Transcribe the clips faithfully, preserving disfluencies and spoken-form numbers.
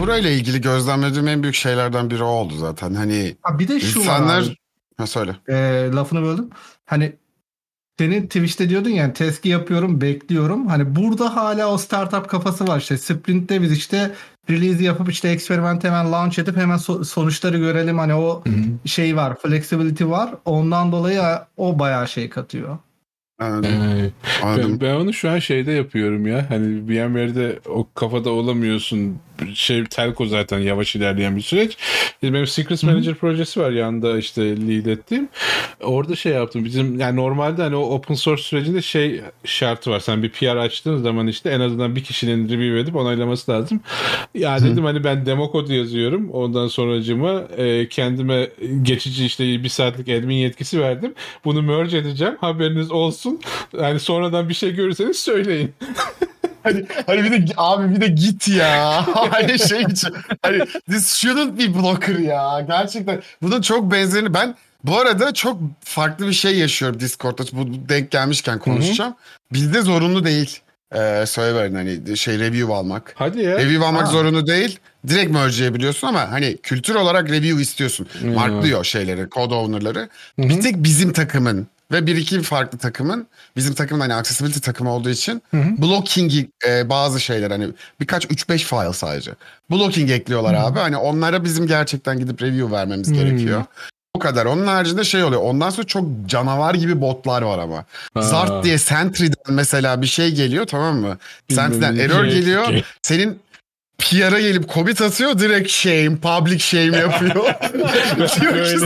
burayla ilgili gözlemlediğim en büyük şeylerden biri oldu zaten. Hani Ha, bir de şu insanlar... var abi. Ha, söyle. E, lafını böldüm. Hani senin Twitch'te diyordun yani tezki yapıyorum, bekliyorum. Hani burada hala o startup kafası var. İşte Sprint'te biz işte release yapıp işte experiment hemen launch edip hemen so- sonuçları görelim. Hani o Hı-hı. şey var, flexibility var. Ondan dolayı o bayağı şey katıyor. Anladım. Ee, Anladım. ben, ben onu şu an şeyde yapıyorum ya. Hani VMware'de o kafada olamıyorsun. Şey telco zaten yavaş ilerleyen bir süreç. Benim Secrets Manager projesi var yanında işte lead ettiğim. Orada şey yaptım. Bizim yani normalde hani o open source sürecinde şey şartı var. Sen bir P R açtığın zaman işte en azından bir kişinin review edip onaylaması lazım. Ya dedim hani ben demo kodu yazıyorum. Ondan sonracıma e, kendime geçici işte bir saatlik admin yetkisi verdim. Bunu merge edeceğim. Haberiniz olsun. Yani sonradan bir şey görürseniz söyleyin. Hani, hani bir de abi bir de git ya. Hani şey için. Hani this shouldn't be blocker ya. Gerçekten. Bunun çok benzerini ben bu arada çok farklı bir şey yaşıyorum Discord'da. Bu denk gelmişken konuşacağım. Hı-hı. Bizde zorunlu değil. Ee, söyleverin hani şey review almak. Hadi ya. Review almak Aa. zorunlu değil. Direkt merge'leyebiliyorsun ama hani kültür olarak review istiyorsun. Hmm. Marklıyor şeyleri, code owner'ları. Hı-hı. Bir tek bizim takımın ve bir iki farklı takımın, bizim takımın hani accessibility takımı olduğu için Hı-hı. blocking e, bazı şeyler hani birkaç üç beş file sadece. Blocking ekliyorlar Hı-hı. abi. Hani onlara bizim gerçekten gidip review vermemiz Hı-hı. gerekiyor. O kadar. Onun haricinde şey oluyor. Ondan sonra çok canavar gibi botlar var ama. Aa. Zart diye Sentry'den mesela bir şey geliyor, tamam mı? Sentry'den error şey, geliyor. Şey. Senin P R'a gelip commit atıyor, direkt shame, public shame yapıyor. Diyor ki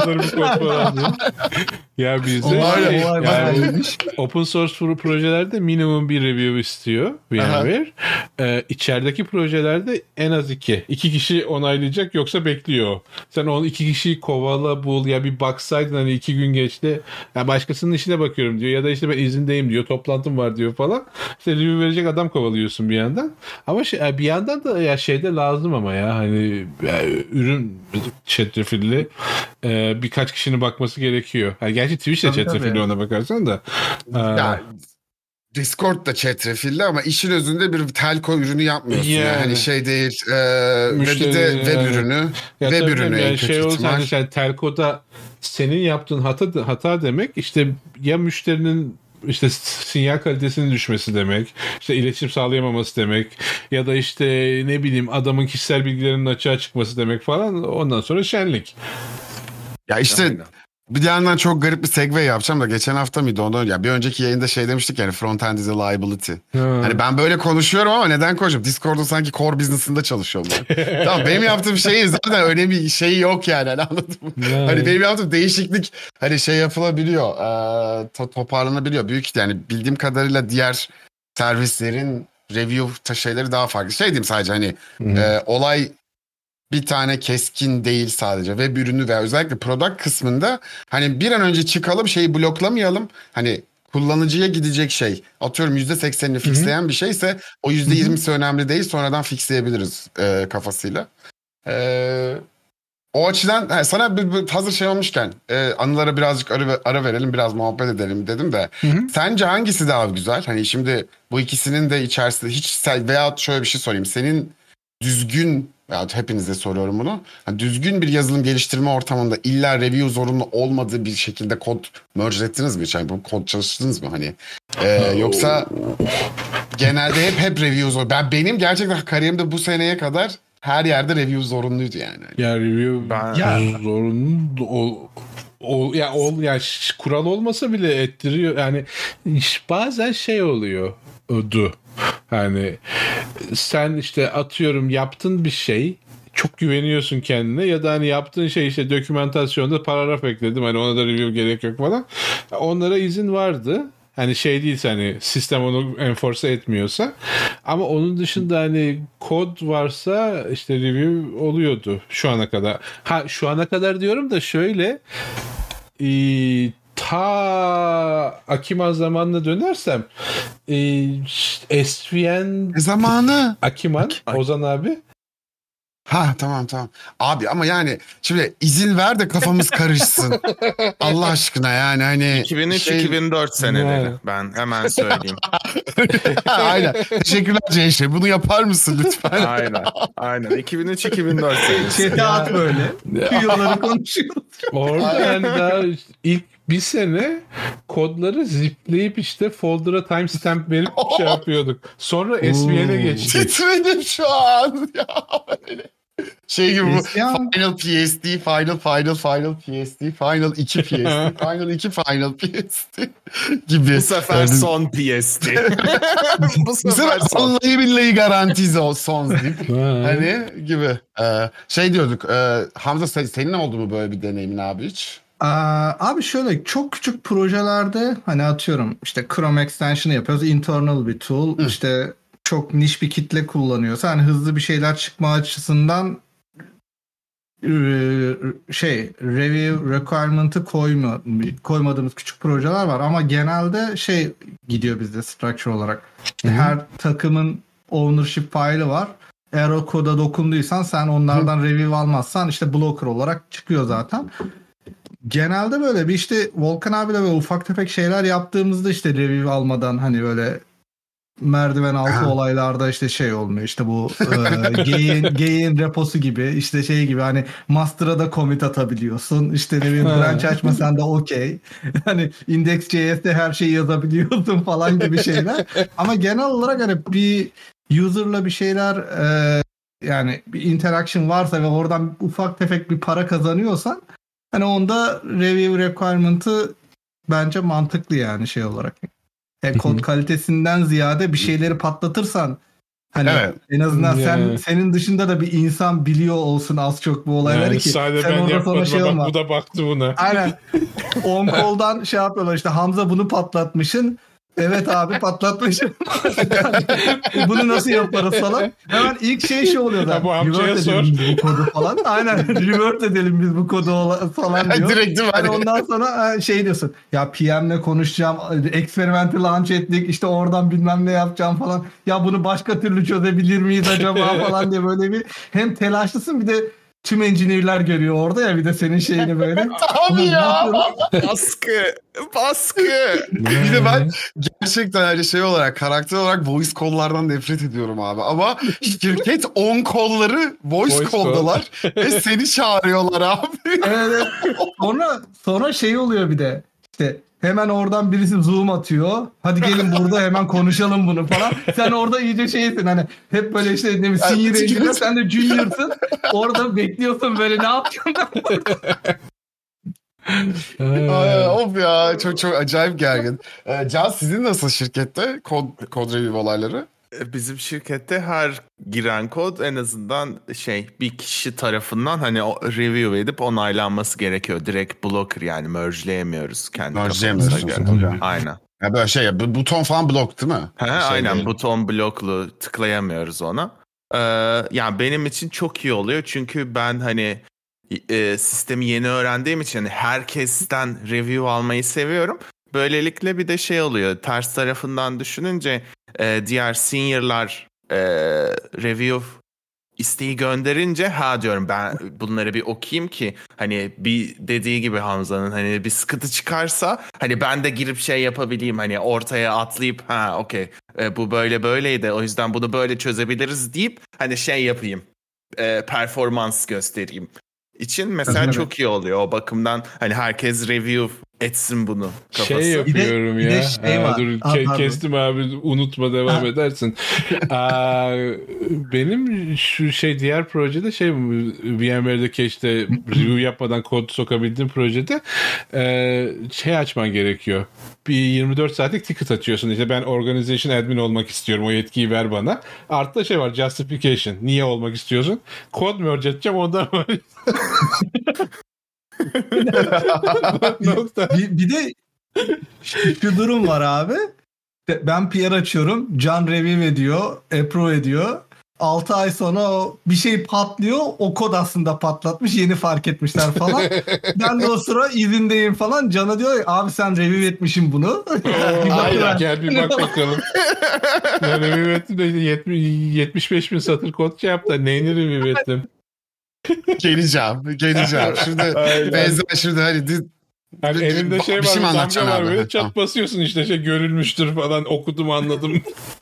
sana. Ya bizde olay, şey, olay yani open source projelerde minimum bir review istiyor VMware. Ee, içerideki projelerde en az iki. İki kişi onaylayacak, yoksa bekliyor. Sen onu iki kişiyi kovala bul ya bir baksaydın hani iki gün geçti. Ya başkasının işine bakıyorum diyor ya da işte ben izindeyim diyor, toplantım var diyor falan. İşte review verecek adam kovalıyorsun bir yandan. Ama şey, bir yandan da ya şeyde lazım ama ya hani ya, ürün çetrefilli e, birkaç kişinin bakması gerekiyor. Yani gerçi Twitch de çetrefilli ona bakarsan da. Ya, Discord da çetrefilli ama işin özünde bir telco ürünü yapmıyorsun. Yani, yani hani şey değil. E, müşteri, ve bir de web yani, ürünü. Ya web ürünü yani en kötü şey ihtimal. Hani sen telco'da senin yaptığın hata hata demek işte ya müşterinin işte sinyal kalitesinin düşmesi demek, işte iletişim sağlayamaması demek ya da işte ne bileyim adamın kişisel bilgilerinin açığa çıkması demek falan, ondan sonra şenlik. Ya işte Aynen. Bir yandan çok garip bir segue yapacağım da geçen hafta mıydı ondan ya bir önceki yayında şey demiştik yani front-end is a liability. Ha. Hani ben böyle konuşuyorum ama neden konuşuyorum? Discord'un sanki core business'ında çalışıyorum ben. Tamam, benim yaptığım şeyin zaten öyle bir şey yok yani, hani anladın mı? Yani. Hani benim yaptığım değişiklik hani şey yapılabiliyor, e, to- toparlanabiliyor. Büyük yani bildiğim kadarıyla diğer servislerin review şeyleri daha farklı. Şey diyeyim sadece hani e, olay bir tane keskin değil sadece. Web ürünü ve özellikle product kısmında hani bir an önce çıkalım, şeyi bloklamayalım. Hani kullanıcıya gidecek şey. Atıyorum yüzde seksenini fixleyen bir şeyse o yüzde yirmisi önemli değil. Sonradan fixleyebiliriz e, kafasıyla. E, o açıdan yani sana bir, bir hazır şey olmuşken e, anılara birazcık ara, ara verelim, biraz muhabbet edelim dedim de. Hı hı. Sence hangisi daha güzel? Hani şimdi bu ikisinin de içerisinde hiç veya şöyle bir şey sorayım. Senin düzgün, ya hepinize soruyorum bunu. Yani düzgün bir yazılım geliştirme ortamında illa review zorunlu olmadığı bir şekilde kod merge ettiniz mi? Yani bu kod çalıştınız mı hani? Ee, yoksa genelde hep hep review zor. Ben benim gerçekten kariyerimde bu seneye kadar her yerde review zorunluydu yani. Ya review ben... ya. zorunlu ol, ol ya ol ya kural olmasa bile ettiriyor. Yani bazen şey oluyor. Du. Hani sen işte atıyorum yaptın bir şey, çok güveniyorsun kendine ya da hani yaptığın şey işte dokümantasyonda paragraf ekledim, hani ona da review gerek yok falan. Onlara izin vardı. Hani şey değilse, hani sistem onu enforce etmiyorsa, ama onun dışında hani kod varsa işte review oluyordu şu ana kadar. Ha şu ana kadar diyorum da şöyle eee ta Akiman zamanına dönersem e, S V N zamanı Akiman Ak- Ozan abi Ha tamam tamam. Abi ama yani şimdi izin ver de kafamız karışsın. Allah aşkına yani hani. iki bin üç şey... iki bin dört seneleri Evet. ben hemen söyleyeyim. Aynen. Teşekkürler Ceyşe. Bunu yapar mısın lütfen? Aynen. Aynen. iki bin üç iki bin dört senesi. Chat'e at böyle. Şu yılları konuşuyoruz. Orada yani daha ilk bir sene kodları zipleyip işte folder'a timestamp verip şey yapıyorduk. Sonra S V N'e geçtik. Titredim şu an. Ya, böyle. Şey gibi bu İsyan. Final P S D, Final, Final, Final P S D, Final iki P S D, Final iki Final P S D gibi. Bu sefer Yani, son P S D. Bu bu sefer sefer son. vallahi billahi garantize o son deyip hani gibi. Ee, şey diyorduk, e, Hamza sen- senin oldu mu böyle bir deneyimin abi hiç? Aa, abi şöyle çok küçük projelerde hani atıyorum işte Chrome extension'ı yapıyoruz. Internal bir tool. Hı. İşte çok niş bir kitle kullanıyorsa hani hızlı bir şeyler çıkma açısından e, şey review requirement'ı koyma, koymadığımız küçük projeler var ama genelde şey gidiyor bizde structure olarak. İşte her takımın ownership file'ı var. Eğer o koda dokunduysan sen onlardan review almazsan işte blocker olarak çıkıyor zaten. Genelde böyle bir işte Volkan abiyle böyle ufak tefek şeyler yaptığımızda işte review almadan hani böyle merdiven altı olaylarda işte şey olmuyor işte bu e, Gay'in Gay'in reposu gibi işte şey gibi hani master'a da commit atabiliyorsun işte ne bileyim branch açmasan da okey hani index.js'de her şeyi yazabiliyorsun falan gibi şeyler ama genel olarak hani bir user'la bir şeyler e, yani bir interaction varsa ve oradan ufak tefek bir para kazanıyorsan hani onda review requirement'ı bence mantıklı yani şey olarak. E, kod kalitesinden ziyade bir şeyleri patlatırsan hani Evet. en azından sen Yani. senin dışında da bir insan biliyor olsun az çok bu olayları Yani ki sadece sen ben orada yapmadım sonra şey bak olma. bu da baktı buna. Aynen. On call'dan şey yapıyorlar işte Hamza bunu patlatmışsın. Evet abi patlatmışım. Bunu nasıl yaparız falan. Hemen ilk şey şey oluyor da. Ha, bu amcaya Revert sor. edelim biz bu kodu falan. Aynen. Revert edelim biz bu kodu ola- falan diyor. Direkt değil mi? Hani Hani- ondan sonra şey diyorsun. Ya P M'le konuşacağım. Eksperimenti launch ettik. İşte oradan bilmem ne yapacağım falan. Ya bunu başka türlü çözebilir miyiz acaba falan diye böyle bir hem telaşlısın bir de tüm engineer'ler görüyor orada ya bir de senin şeyini böyle. Abi Ulan ne ya. yapıyoruz? Baskı. Baskı. Bir de ben gerçekten hani şey olarak karakter olarak voice call'lardan nefret ediyorum abi. Ama şirket on call'ları voice, Voice call'dalar ve seni çağırıyorlar abi. Evet. Sonra sonra şey oluyor bir de. İşte hemen oradan birisi zoom atıyor. Hadi gelin burada hemen konuşalım bunu falan. Sen orada iyice şeysin hani hep böyle işte ne bileyim senior engineer sen de junior'sın. Orada bekliyorsun böyle ne yapacaksın? Ay, of ya çok çok acayip gergin. Ee, Can sizin nasıl şirkette kod, kod review olayları? Bizim şirkette her giren kod en azından şey bir kişi tarafından hani o review edip onaylanması gerekiyor. Direkt blocker yani mergeleyemiyoruz kendi Mergeleyemiyorsunuz, kafamıza göre. okey. Aynen. Ya böyle şey ya bu- buton falan blok değil mi? He, Şey aynen değil. buton bloklu tıklayamıyoruz ona. Ee, yani benim için çok iyi oluyor çünkü ben hani e, sistemi yeni öğrendiğim için hani herkesten review almayı seviyorum. Böylelikle bir de şey oluyor ters tarafından düşününce e, diğer senior'lar e, review isteği gönderince ha diyorum ben bunları bir okuyayım ki hani bir dediği gibi Hamza'nın hani bir sıkıntı çıkarsa hani ben de girip şey yapabileyim hani ortaya atlayıp ha okey e, bu böyle böyleydi o yüzden bunu böyle çözebiliriz deyip hani şey yapayım e, performans göstereyim için mesela Evet. çok iyi oluyor o bakımdan hani herkes review etsin bunu kafası. Şey yapıyorum Bir de- ya. bir de şey Aa, var. dur Aa, ke- pardon. kestim abi unutma devam Ha. edersin. Aa, benim şu şey diğer projede şey V M Ware'deki işte review yapmadan kod sokabildiğim projede e, şey açman gerekiyor. Bir yirmi dört saatlik ticket açıyorsun. İşte ben organization admin olmak istiyorum. O yetkiyi ver bana. Artı da şey var justification. Niye olmak istiyorsun? Kod merge edeceğim ondan var. Nokta. bir, bir de şu durum var abi. Ben P R açıyorum. Can review ediyor. Approve ediyor. altı ay sonra o bir şey patlıyor. O kod aslında patlatmış. Yeni fark etmişler falan. Ben de o sıra izindeyim falan. Can'a diyor abi sen review etmişsin bunu. Bir Aynen, bakıver. gel bir bak bakalım. Ben review ettim de yetmiş, yetmiş beş bin satır kod şey yaptı. Neyini review ettim? Geleceğim, geleceğim. Şimdi benzer şimdi hani di- Yani bir- elinde bir- şey bir var, şey mi damga anlatacaksın var abi? böyle Ha, çat tamam. basıyorsun işte şey görülmüştür falan okudum anladım.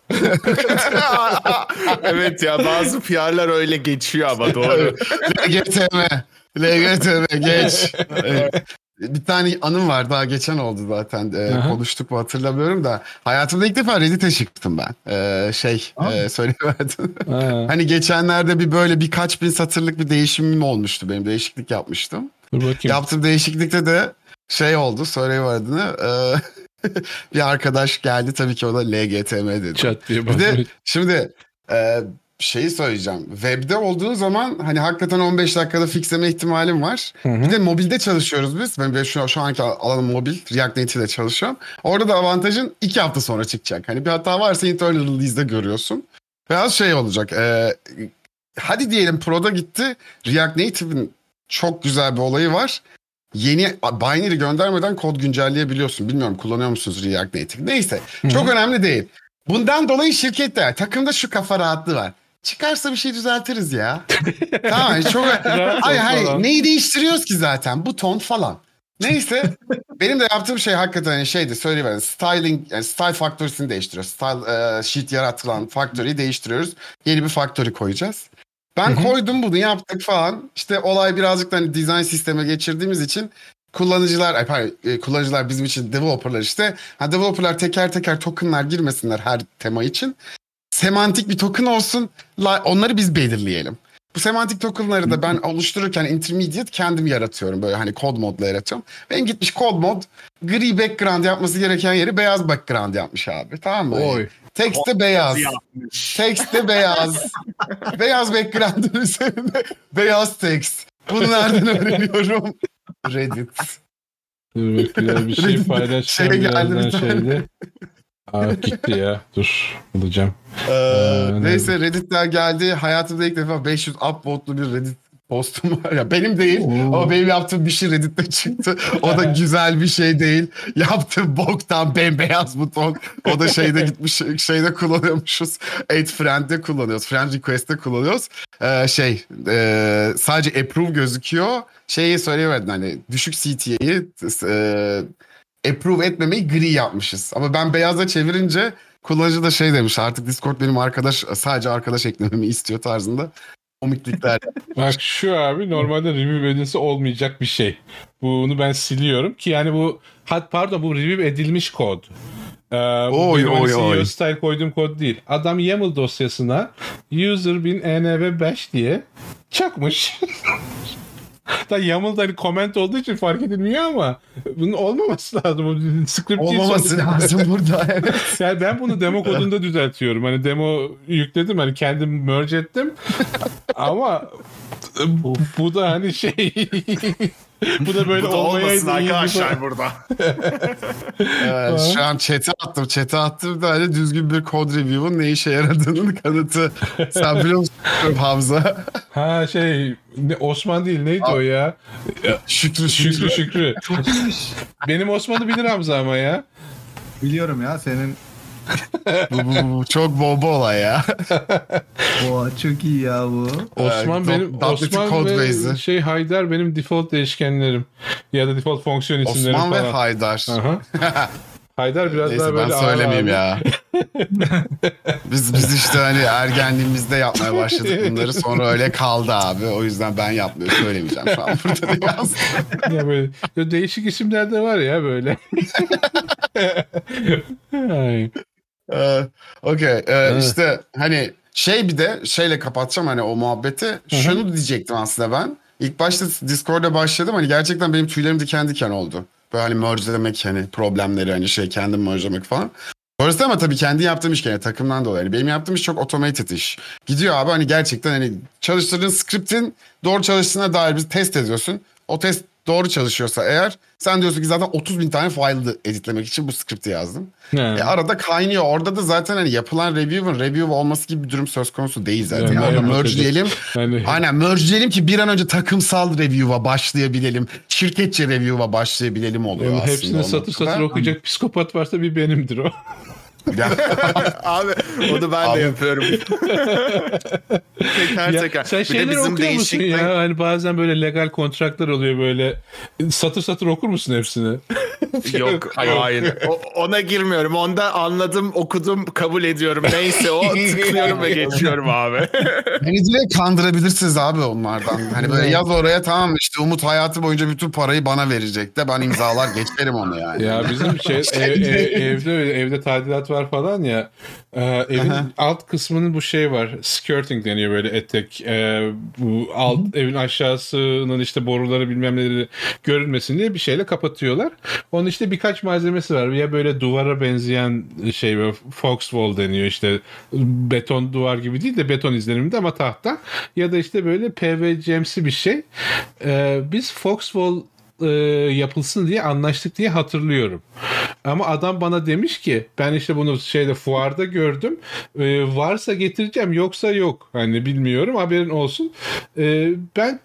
Evet ya bazı P R'lar öyle geçiyor ama doğru. L G T M, L G T M geç. Evet. Bir tane anım var daha geçen oldu zaten ee, Aha. konuştuk mu hatırlamıyorum da hayatımda ilk defa Reddit'e çıktım ben ee, şey e, söylemedim. Ha, Hani geçenlerde bir böyle birkaç bin satırlık bir değişimim olmuştu benim değişiklik yapmıştım. dur bakayım. Yaptığım değişiklikte de şey oldu söyleyeyim adını ee, bir arkadaş geldi tabii ki o da L G T M dedi. Çat diye Bir de basmış. şimdi e, şeyi söyleyeceğim. Web'de olduğu zaman hani hakikaten on beş dakikada fixleme ihtimalim var. Hı hı. Bir de mobilde çalışıyoruz biz. Ben ben şu, şu anki alanım mobil. React Native ile çalışıyorum. Orada da avantajın iki hafta sonra çıkacak. Hani bir hata varsa internal release'de görüyorsun. Biraz şey olacak. E, hadi diyelim Pro'da gitti. React Native'in çok güzel bir olayı var. Yeni binary göndermeden kod güncelleyebiliyorsun. Bilmiyorum kullanıyor musunuz React Native? Neyse. Çok önemli değil. Bundan dolayı şirkette takımda şu kafa rahatlığı var. Çıkarsa bir şey düzeltiriz ya. Tamam çok... Hayır hayır falan. neyi değiştiriyoruz ki zaten? Buton falan. Neyse benim de yaptığım şey hakikaten hani şeydi söyleyiverin. Styling yani style factory'sini değiştiriyoruz. Style e, sheet yaratılan factory'yi değiştiriyoruz. Yeni bir factory koyacağız. Ben koydum bunu yaptık falan. İşte olay birazcık da hani design sisteme geçirdiğimiz için kullanıcılar, ay pardon, e, kullanıcılar bizim için developerlar işte. Ha, developerlar teker teker tokenlar girmesinler her tema için. Semantik bir token olsun. la- Onları biz belirleyelim. Bu semantik tokenları da ben oluştururken intermediate kendim yaratıyorum. Böyle hani code modla yaratıyorum. Benim gitmiş code mod gri background yapması gereken yeri beyaz background yapmış abi. Tamam mı? Oy. Text de beyaz. Text de beyaz. Beyaz background'ın üzerinde beyaz text. Bunu nereden öğreniyorum? Reddit. Dur bekle bir şey Reddit'te paylaşacağım şey geldi birazdan bir tane. şeyde. Aa gitti ya. Dur bulacağım. Ee, Ee, neyse Reddit'ler geldi. Hayatımda ilk defa beş yüz upvote'lu bir Reddit postum var. Ya benim değil Oo. ama benim yaptığım bir şey Reddit'te çıktı. O da güzel bir şey değil. Yaptığım boktan bembeyaz buton. O da şeyde gitmiş şeyde kullanıyormuşuz. Add Friend'de kullanıyoruz. Friend Request'te kullanıyoruz. Ee, şey e, sadece approve gözüküyor. Şeyi söyleyemedin hani düşük C T A'yı e, approve etmemeyi gri yapmışız. Ama ben beyaza çevirince kullanıcı da şey demiş artık Discord benim arkadaş sadece arkadaş eklememi istiyor tarzında komiklikler. Bak şu abi normalde review edilse olmayacak bir şey. Bunu ben siliyorum ki yani bu hat pardon bu review edilmiş kod. Ee, Oy, benim hani oy, C E O oy. style koyduğum kod değil. Adam YAML dosyasına user bin env beş diye çakmış. Da YAML'da hani comment olduğu için fark edilmiyor ama bunun olmaması lazım. Bu script değil Olmaması sonuçta. lazım burada evet. Yani ben bunu demo kodunda düzeltiyorum. Hani demo yükledim hani kendim merge ettim. Ama bu, bu da hani şey bu da böyle Bu da olmasın olmayaydı iyi bir- arkadaşlar burada. Ee, şu an chat'e attım. Chat'e attım da hani düzgün bir kod review'un ne işe yaradığının kanıtı. Sen biliyor musun Hamza? Ha şey ne, Osman değil neydi o ya? Şükrü Şükrü Şükrü. Şükrü. Çok iyiymiş. Benim Osman'ı bilir Hamza ama ya. Biliyorum ya senin. Bu, bu, bu çok bomba olay ya. Oha çok iyi ya bu. Osman Ee, benim dot net'in Osman code ve base'i. şey Haydar benim default değişkenlerim. Ya da default fonksiyon isimlerim Osman ve falan. Haydar. Aha. Haydar biraz Neyse daha ben böyle söylemeyeyim ağır ya. biz biz işte hani ergenliğimizde yapmaya başladık bunları sonra öyle kaldı abi. O yüzden ben yapmıyorum söylemeyeceğim şu an burada da yazdım. abi. Ya böyle ya değişik isimler de var ya böyle. Ay. Ee, Okey. Ee, Evet. işte hani şey bir de şeyle kapatacağım hani o muhabbeti. Şunu diyecektim aslında ben. İlk başta Discord'da başladım hani gerçekten benim tüylerim diken diken oldu. Böyle hani merge'lemek hani problemleri hani şey kendim merge'lemek falan. Sonrasında ama tabii kendi yaptığım iş gene takımdan dolayı. Yani benim yaptığım iş çok automated iş. Gidiyor abi hani gerçekten hani çalıştırdığın script'in doğru çalıştığına dair bir test ediyorsun. O test doğru çalışıyorsa eğer sen diyorsun ki zaten otuz bin tane file'ı editlemek için bu script'i yazdım. Ha. E arada kaynıyor. Orada da zaten hani yapılan review'un review olması gibi bir durum söz konusu değil zaten. Yani Yani evet, merge evet. diyelim. Yani Aynen merge'leyelim ki bir an önce takımsal review'a başlayabilelim. Şirketçe review'a başlayabilelim oluyor yani aslında. hepsini o satır noktada. satır okuyacak psikopat varsa bir benimdir o. Abi onu ben Abi. de yapıyorum. teker Ya, teker. sen Bir de şeyleri bizim okuyor musun değişiklik- ya? Hani bazen böyle legal kontratlar oluyor böyle. Satır satır okur musun hepsini? Yok hayır. O- ona girmiyorum. Onda anladım, okudum, kabul ediyorum. Neyse o tıklıyorum ve geçiyorum abi. Beni direkt kandırabilirsiniz abi onlardan. Hani böyle Evet. yaz oraya, tamam işte Umut hayatı boyunca bütün parayı bana verecek de ben imzalar geçerim onu yani. Ya bizim şey ev, ev- evde öyle, evde tadilat var falan ya. Ee, evin Aha. alt kısmının bu şey var. Skirting deniyor böyle etek. Ee, bu alt evin aşağısının işte boruları bilmem neleri görünmesin diye bir şeyle kapatıyorlar. Onun işte birkaç malzemesi var. Ya böyle duvara benzeyen şey böyle fox wall deniyor işte beton duvar gibi değil de beton izleniminde ama tahta. Ya da işte böyle P V C'msi bir şey. Ee, biz fox wall e, yapılsın diye anlaştık diye hatırlıyorum. Ama adam bana demiş ki ben işte bunu şeyde fuarda gördüm. E, varsa getireceğim yoksa yok. Hani bilmiyorum haberin olsun. E, ben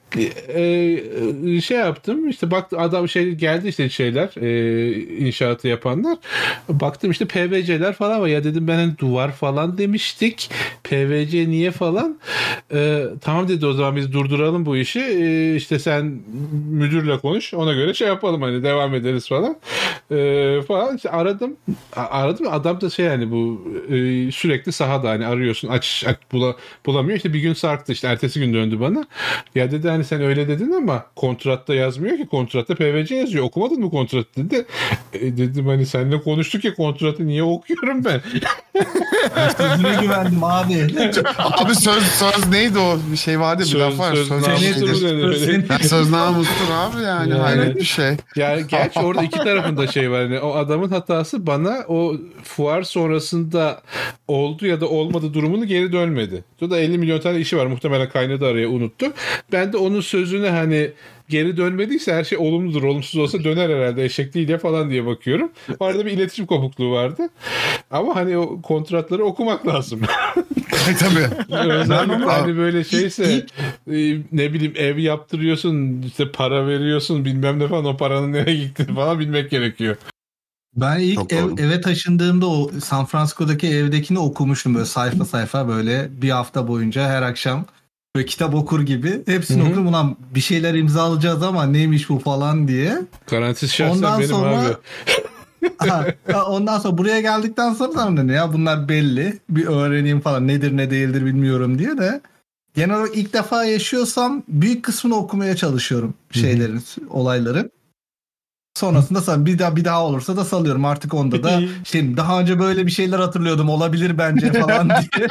e, şey yaptım işte baktı adam şey geldi işte şeyler e, inşaatı yapanlar. Baktım işte P V C'ler falan var. Ya dedim ben hani duvar falan demiştik. P V C niye falan? E, tamam dedi o zaman biz durduralım bu işi. E, işte sen müdürle konuş. Ona göre şey yapalım hani devam ederiz falan. E, falan işte aradım. A- aradım adam da şey yani bu e, sürekli sahada hani arıyorsun aç, aç bula, bulamıyor. İşte bir gün sarktı işte ertesi gün döndü bana. Ya dedi hani sen öyle dedin ama kontratta yazmıyor ki kontratta P V C yazıyor. Okumadın mı kontratı dedi. E, dedim hani seninle konuştuk ya kontratı niye okuyorum ben? Sözüne güvendim abi. Abi söz söz neydi o? Bir şey vardı ya, bir Söz- laf var. söz Söz, namustur nedir? mu denir? Senin- Ya söz namustur abi yani. Yani. Hayret bir şey. Ya gerçi orada iki tarafında şey var. Yani o adamın hatası bana o fuar sonrasında oldu ya da olmadı durumunu geri dönmedi. O da elli milyon tane işi var. Muhtemelen kaynadı araya unuttu. Ben de onun sözüne hani geri dönmediyse her şey olumludur. Olumsuz olsa döner herhalde eşek değil ya falan diye bakıyorum. O arada bir iletişim kopukluğu vardı. Ama hani o kontratları okumak lazım. Tabii. Özellikle ama- hani böyle şeyse e, ne bileyim ev yaptırıyorsun işte para veriyorsun bilmem ne falan o paranın nereye gittiğini falan bilmek gerekiyor. Ben ilk Çok ev, doğru. eve taşındığımda o San Francisco'daki evdekini okumuştum böyle sayfa sayfa böyle bir hafta boyunca her akşam böyle kitap okur gibi hepsini Hı hı. okudum. Ulan bir şeyler imzalayacağız ama neymiş bu falan diye. Garantisi şahsen Ondan benim sonra abi. Aha, ya ondan sonra buraya geldikten sonra tamam dedim ya bunlar belli bir öğreneyim falan nedir ne değildir bilmiyorum diye de genel olarak ilk defa yaşıyorsam büyük kısmını okumaya çalışıyorum şeylerin olayların. Sonrasında sa- bir daha bir daha olursa da salıyorum artık onda da şey daha önce böyle bir şeyler hatırlıyordum olabilir bence falan diye.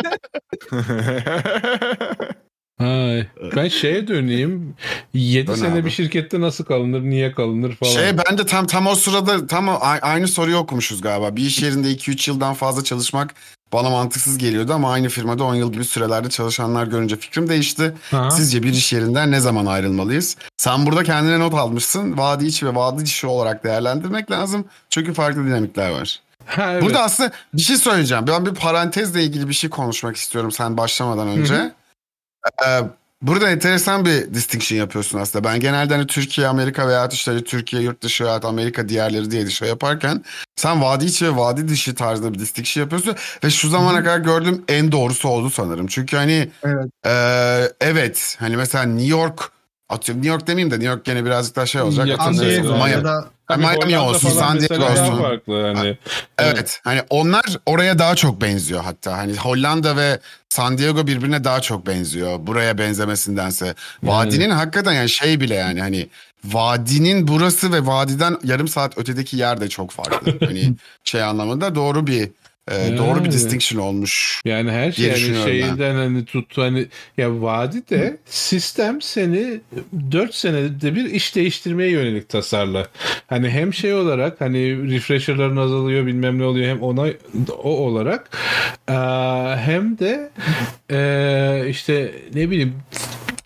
Ay, ben şeye döneyim. yedi Dön sene abi. bir şirkette nasıl kalınır, niye kalınır falan. Şey ben de tam tam o sırada tam o- a- aynı soruyu okumuşuz galiba. Bir iş yerinde iki üç yıldan fazla çalışmak bana mantıksız geliyordu ama aynı firmada on yıl gibi sürelerde çalışanlar görünce fikrim değişti. Aha. Sizce bir iş yerinden ne zaman ayrılmalıyız? Sen burada kendine not almışsın. Vadi içi ve vadi dışı olarak değerlendirmek lazım. Çünkü farklı dinamikler var. Ha, evet. Burada aslında bir şey söyleyeceğim. Ben bir parantezle ilgili bir şey konuşmak istiyorum sen başlamadan önce. Hı Ee, burada enteresan bir distinction yapıyorsun aslında. Ben genelde hani Türkiye, Amerika veya işte hani Türkiye, yurt dışı veya Amerika diğerleri diye şey yaparken sen vadi içi ve vadi dışı tarzda bir distinction yapıyorsun ve şu zamana kadar gördüğüm en doğrusu oldu sanırım. Çünkü hani Evet. e, evet hani mesela New York atıyorum New York demeyeyim de New York gene birazcık daha şey olacak. Yakın San Atıyorum, değil, Diego Miami, ya da Tabii Miami Hollanda olsun, falan San mesela Diego daha olsun. farklı hani. Evet hani onlar oraya daha çok benziyor hatta. Hani Hollanda ve San Diego birbirine daha çok benziyor. Buraya benzemesindense. Vadinin hakikaten yani şey bile yani hani vadinin burası ve vadiden yarım saat ötedeki yer de çok farklı. Hani şey anlamında doğru bir e, doğru bir Yani. distinction olmuş. Yani her şey diye yani düşünüyorum şeyden hani tut hani ya vadide sistem seni dört senede bir iş değiştirmeye yönelik tasarla. Hani hem şey olarak hani refresher'ların azalıyor bilmem ne oluyor hem ona o olarak eee, hem de eee, işte ne bileyim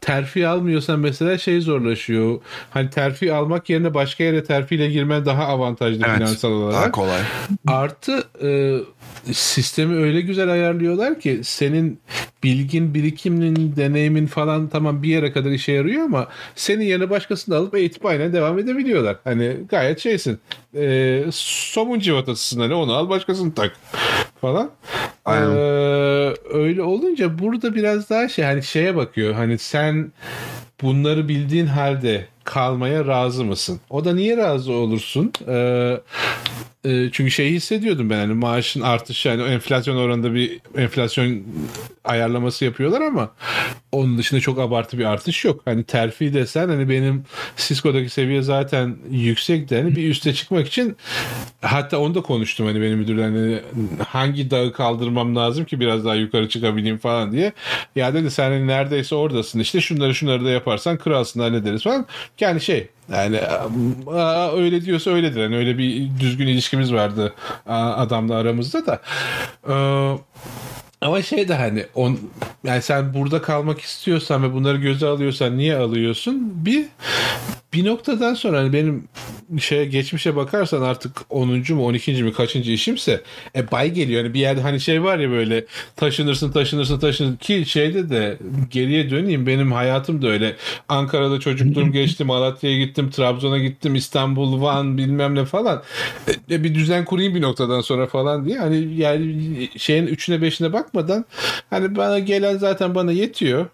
terfi almıyorsan mesela şey zorlaşıyor. Hani terfi almak yerine başka yere terfiyle girmen daha avantajlı Evet, finansal olarak. daha kolay. Artı e, sistemi öyle güzel ayarlıyorlar ki senin bilgin, birikiminin, deneyimin falan tamam bir yere kadar işe yarıyor ama senin yerine başkasını alıp eğitip aynen devam edebiliyorlar. Hani gayet şeysin. E, somun civatasısın, hani onu al başkasını tak falan. Aynen. Ee, öyle olunca burada biraz daha şey, hani şeye bakıyor. Hani sen bunları bildiğin halde kalmaya razı mısın? O da niye razı olursun? Ee, e, çünkü şeyi hissediyordum ben, hani maaşın artışı, yani enflasyon oranında bir enflasyon ayarlaması yapıyorlar ama onun dışında çok abartı bir artış yok. Hani terfi desen, hani benim Cisco'daki seviye zaten yüksekti. Hani bir üste çıkmak için, hatta onu da konuştum hani benim müdürle, hani hangi dağı kaldırmam lazım ki biraz daha yukarı çıkabileyim falan diye. Ya dedi sen hani neredeyse oradasın, işte şunları şunları da yaparsan kralsın, hallederiz falan. Yani şey, yani aa, öyle diyorsa öyledir. Yani öyle bir düzgün ilişkimiz vardı aa, adamla aramızda da. Ee, Ama şey de hani on, yani sen burada kalmak istiyorsan ve bunları göze alıyorsan niye alıyorsun? Bir bir noktadan sonra hani benim şeye, geçmişe bakarsan artık onuncu mu on ikinci mi kaçıncı işimse e bay geliyor. Hani bir yerde hani şey var ya, böyle taşınırsın taşınırsın taşınırsın ki şeyde de geriye döneyim, benim hayatım da öyle. Ankara'da çocukluğum geçti, Malatya'ya gittim, Trabzon'a gittim, İstanbul, Van bilmem ne falan. E, bir düzen kurayım bir noktadan sonra falan diye. Hani yani şeyin üçüne beşine bakmadan hani bana gelen zaten bana yetiyor.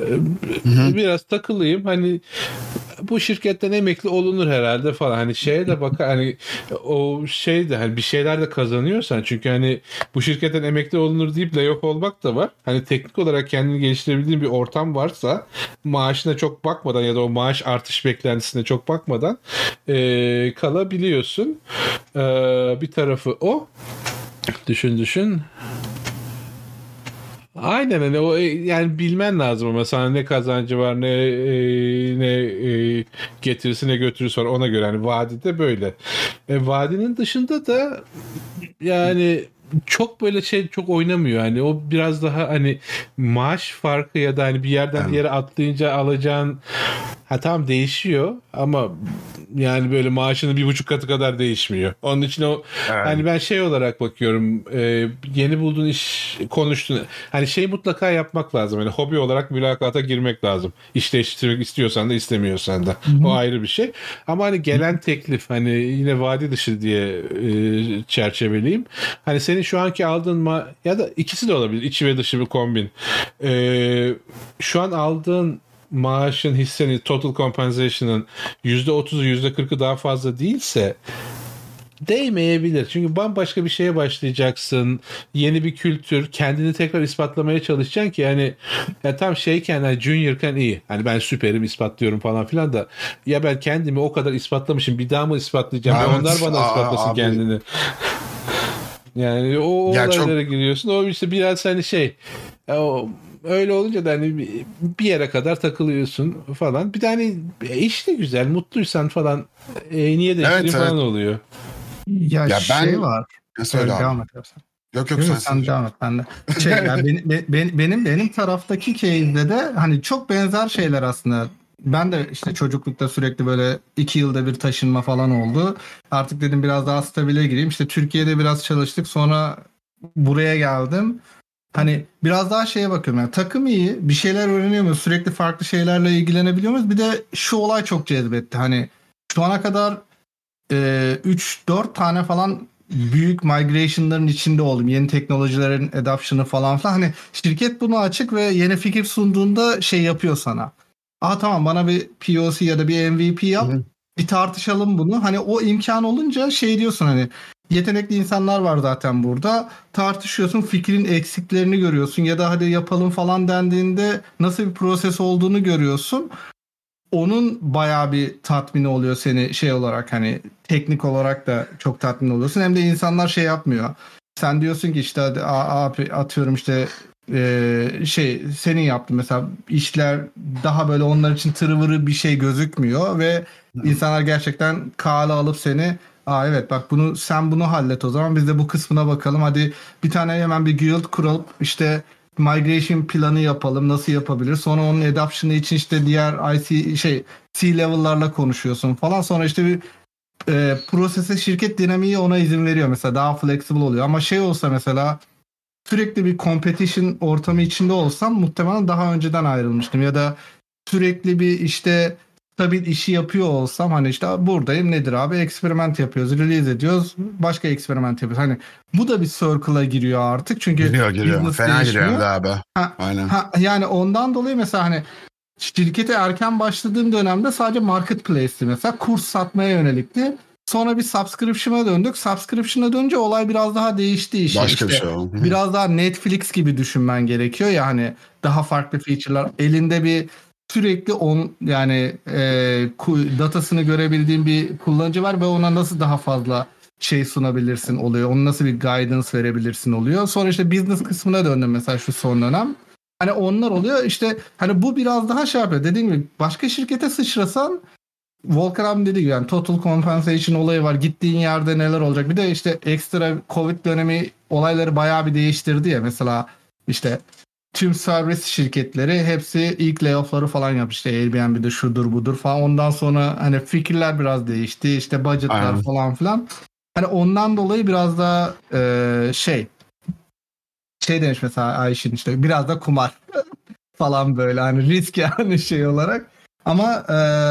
E, biraz takılayım. Hani bu şirketten emekli olunur herhalde falan. Hani şeye de bak, hani o şey de, hani bir şeyler de kazanıyorsan, çünkü hani bu şirketten emekli olunur deyip layoff olmak da var. Hani teknik olarak kendini geliştirebildiğin bir ortam varsa, maaşına çok bakmadan ya da o maaş artış beklentisine çok bakmadan e, kalabiliyorsun. E, bir tarafı o. Düşün düşün. Aynen, hani o yani bilmen lazım ama sana ne kazancı var, ne e, ne e, getirisi ne götürüsü var, ona göre hani vadide böyle. E, vadinin dışında da yani çok böyle şey çok oynamıyor, hani o biraz daha hani maaş farkı ya da hani bir yerden bir yere atlayınca alacağın, ha tamam değişiyor ama yani böyle maaşının bir buçuk katı kadar değişmiyor. Onun için o Evet. hani ben şey olarak bakıyorum, e, yeni bulduğun iş, konuştuğun hani şey mutlaka yapmak lazım. Yani hobi olarak mülakata girmek lazım. İş değiştirmek istiyorsan da istemiyorsan da. Hı-hı. O ayrı bir şey. Ama hani gelen teklif, hani yine vadi dışı diye e, çerçeveleyeyim. Hani senin şu anki aldığın ma- ya da ikisi de olabilir. İçi ve dışı bir kombin. E, şu an aldığın maaşın, hissenin, total compensation'ın yüzde otuzu yüzde kırkı daha fazla değilse değmeyebilir. Çünkü bambaşka bir şeye başlayacaksın. Yeni bir kültür. Kendini tekrar ispatlamaya çalışacaksın ki yani ya tam şeyken, yani juniorken iyi. Hani ben süperim, ispatlıyorum falan filan da ya ben kendimi o kadar ispatlamışım, bir daha mı ispatlayacağım? Evet. Ya onlar bana Aa, ispatlasın abi. kendini. Yani o, o Ya olaylara çok- giriyorsun. O işte biraz hani şey, o öyle olunca da hani bir- bir yere kadar takılıyorsun falan. Bir de hani iş de güzel, mutluysan falan e, niye değiştireyim Evet, falan evet. oluyor. Ya, Ya ben- şey var. Ne söyle Evet, abi? devam et sen. Yok yok Yok, sen, yok, sen sen. devam et, ben de. Şey ya benim, benim benim benim taraftaki case'de de hani çok benzer şeyler aslında. Ben de işte çocuklukta sürekli böyle iki yılda bir taşınma falan oldu. Artık dedim biraz daha stabile gireyim. İşte Türkiye'de biraz çalıştık, sonra buraya geldim. Hani biraz daha şeye bakıyorum, yani takım iyi, bir şeyler öğreniyor muyuz, sürekli farklı şeylerle ilgilenebiliyor muyuz? Bir de şu olay çok cezbetti. Hani şu ana kadar üç dört tane falan büyük migration'ların içinde oldum. Yeni teknolojilerin adoption'ı falan filan. Hani şirket bunu açık ve yeni fikir sunduğunda şey yapıyor sana. Aha tamam, bana bir P O C ya da bir M V P yap. Hı hı. Bir tartışalım bunu. Hani o imkan olunca şey diyorsun, hani yetenekli insanlar var zaten burada. Tartışıyorsun, fikrin eksiklerini görüyorsun ya da hadi yapalım falan dendiğinde nasıl bir proses olduğunu görüyorsun. Onun bayağı bir tatmini oluyor seni şey olarak, hani teknik olarak da çok tatmin oluyorsun. Hem de insanlar şey yapmıyor. Sen diyorsun ki işte hadi abi atıyorum işte e, şey senin yaptığın mesela işler daha böyle onlar için tırıvırı bir şey gözükmüyor ve insanlar gerçekten kale alıp seni, aa evet bak bunu sen bunu hallet, o zaman biz de bu kısmına bakalım, hadi bir tane hemen bir guild kuralım işte migration planı yapalım, nasıl yapabilir? Sonra onun adoption'ı için işte diğer I C şey C-level'larla konuşuyorsun falan. Sonra işte bir e, prosese şirket dinamiği ona izin veriyor mesela, daha flexible oluyor. Ama şey olsa mesela sürekli bir competition ortamı içinde olsam muhtemelen daha önceden ayrılmıştım. Ya da sürekli bir işte stabil işi yapıyor olsam, hani işte buradayım, nedir abi, eksperiment yapıyoruz, release ediyoruz, başka eksperiment yapıyoruz. Hani bu da bir circle'a giriyor artık çünkü Giriyor giriyor. business Fena değişmiyor. giriyor hem de abi. Ha, Aynen. ha, yani ondan dolayı mesela hani şirkete erken başladığım dönemde sadece marketplace'ti mesela, kurs satmaya yönelikti. Sonra bir subscription'a döndük. Subscription'a dönünce olay biraz daha değişti işte. Başka bir işte şey oldu. biraz daha Netflix gibi düşünmen gerekiyor ya, hani daha farklı feature'lar. Elinde bir sürekli on yani e, datasını görebildiğin bir kullanıcı var ve ona nasıl daha fazla şey sunabilirsin oluyor. Ona nasıl bir guidance verebilirsin oluyor. Sonra işte business kısmına döndüm mesela şu son dönem. Hani onlar oluyor işte, hani bu biraz daha şey yapıyor. Dediğim gibi başka şirkete sıçrasan, Volkan abi dediği gibi yani total compensation olayı var. Gittiğin yerde neler olacak. Bir de işte ekstra Covid dönemi olayları bayağı bir değiştirdi ya. Mesela işte tüm servis şirketleri hepsi ilk layoff'ları falan yaptı. İşte Airbnb'de şudur budur falan. Ondan sonra hani fikirler biraz değişti. İşte budgetlar Aynen. falan filan. Hani ondan dolayı biraz daha e, şey şey demiş mesela Ayşin, işte biraz da kumar falan, böyle hani risk yani şey olarak. Ama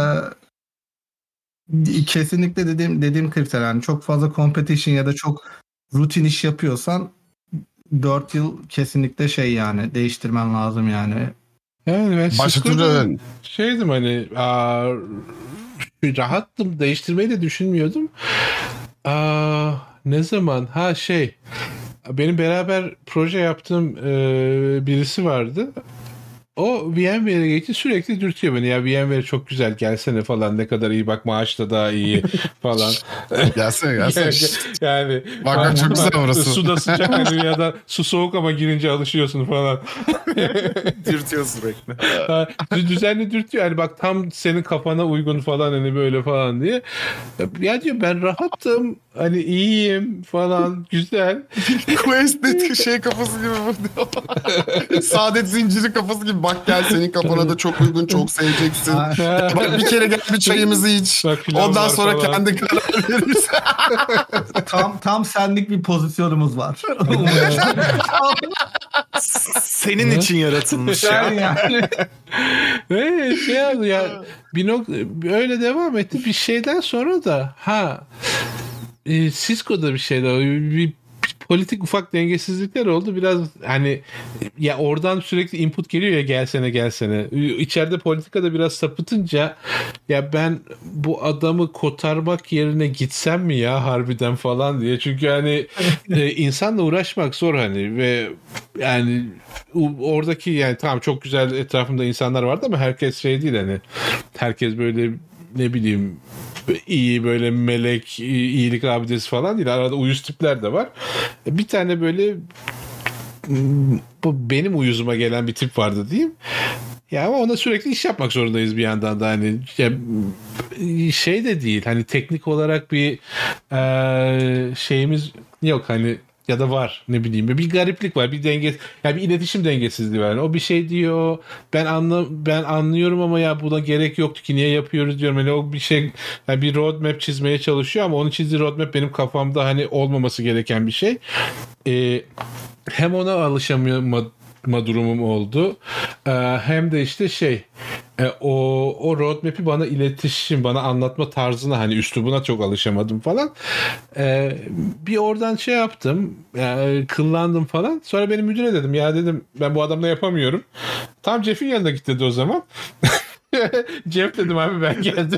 e, kesinlikle dediğim dediğim kriter, yani çok fazla competition ya da çok rutin iş yapıyorsan dört yıl kesinlikle şey yani değiştirmen lazım yani. Yani ben Başka Cisco'da türlü şeydim hani aa, rahattım, değiştirmeyi de düşünmüyordum. Aa, ne zaman? Ha şey, benim beraber proje yaptığım e, birisi vardı. O VMware'e geçti, sürekli dürtüyor beni. Ya VMware çok güzel, gelsene falan, ne kadar iyi, bak maaş da daha iyi falan. gelsene gelsene. Yani Bak bak çok güzel orası. Su da sıcak hani, ya da su soğuk ama girince alışıyorsun falan. Dürtüyor sürekli. Ha, düzenli dürtüyor. Yani bak tam senin kafana uygun falan, hani böyle falan diye. Ya diyor ben rahatım, hani iyiyim falan, güzel. Quest'te şey kafası gibi bu. Saadet zinciri kafası gibi. Bak gel, senin kafana da çok uygun, çok seveceksin. Bak bir kere gel bir çayımızı iç. Bak, pilav Ondan var sonra falan. kendi karar verirsin. Tam tam senlik bir pozisyonumuz var. Senin için yaratılmış ya. yani yani. Ve şey yaptı ya, bir nokta öyle devam etti. Bir şeyden sonra da ha e, Cisco'da bir şeyler, bir, bir politik ufak dengesizlikler oldu. Biraz hani ya oradan sürekli input geliyor ya, gelsene gelsene. İçeride politikada biraz sapıtınca ya ben bu adamı kotarmak yerine gitsem mi ya harbiden falan diye. Çünkü hani e, insanla uğraşmak zor hani, ve yani oradaki yani tamam çok güzel etrafımda insanlar vardı ama herkes şey değil hani, herkes böyle ne bileyim iyi böyle melek, iyilik abidesi falan değil. Arada uyuz tipler de var. Bir tane böyle bu benim uyuzuma gelen bir tip vardı diyeyim. Ya ama ona sürekli iş yapmak zorundayız bir yandan da hani ya, şey de değil hani teknik olarak bir e, şeyimiz yok hani, ya da var ne bileyim bir gariplik var, bir denge, yani bir iletişim dengesizliği var. Yani o bir şey diyor, ben anla ben anlıyorum ama ya buna gerek yoktu ki, niye yapıyoruz diyorum. Yani o bir şey, yani bir roadmap çizmeye çalışıyor ama onun çizdiği roadmap benim kafamda hani olmaması gereken bir şey. Ee, hem ona alışamıyorum durumum oldu. Ee, hem de işte şey e, o o roadmap'i bana iletişim, bana anlatma tarzına hani üslubuna çok alışamadım falan. Ee, bir oradan şey yaptım. E, kıllandım falan. Sonra benim müdüre dedim ya, dedim ben bu adamla yapamıyorum. Tam Jeff'in yanına git dedi o zaman. Jeff dedim abi ben geldim.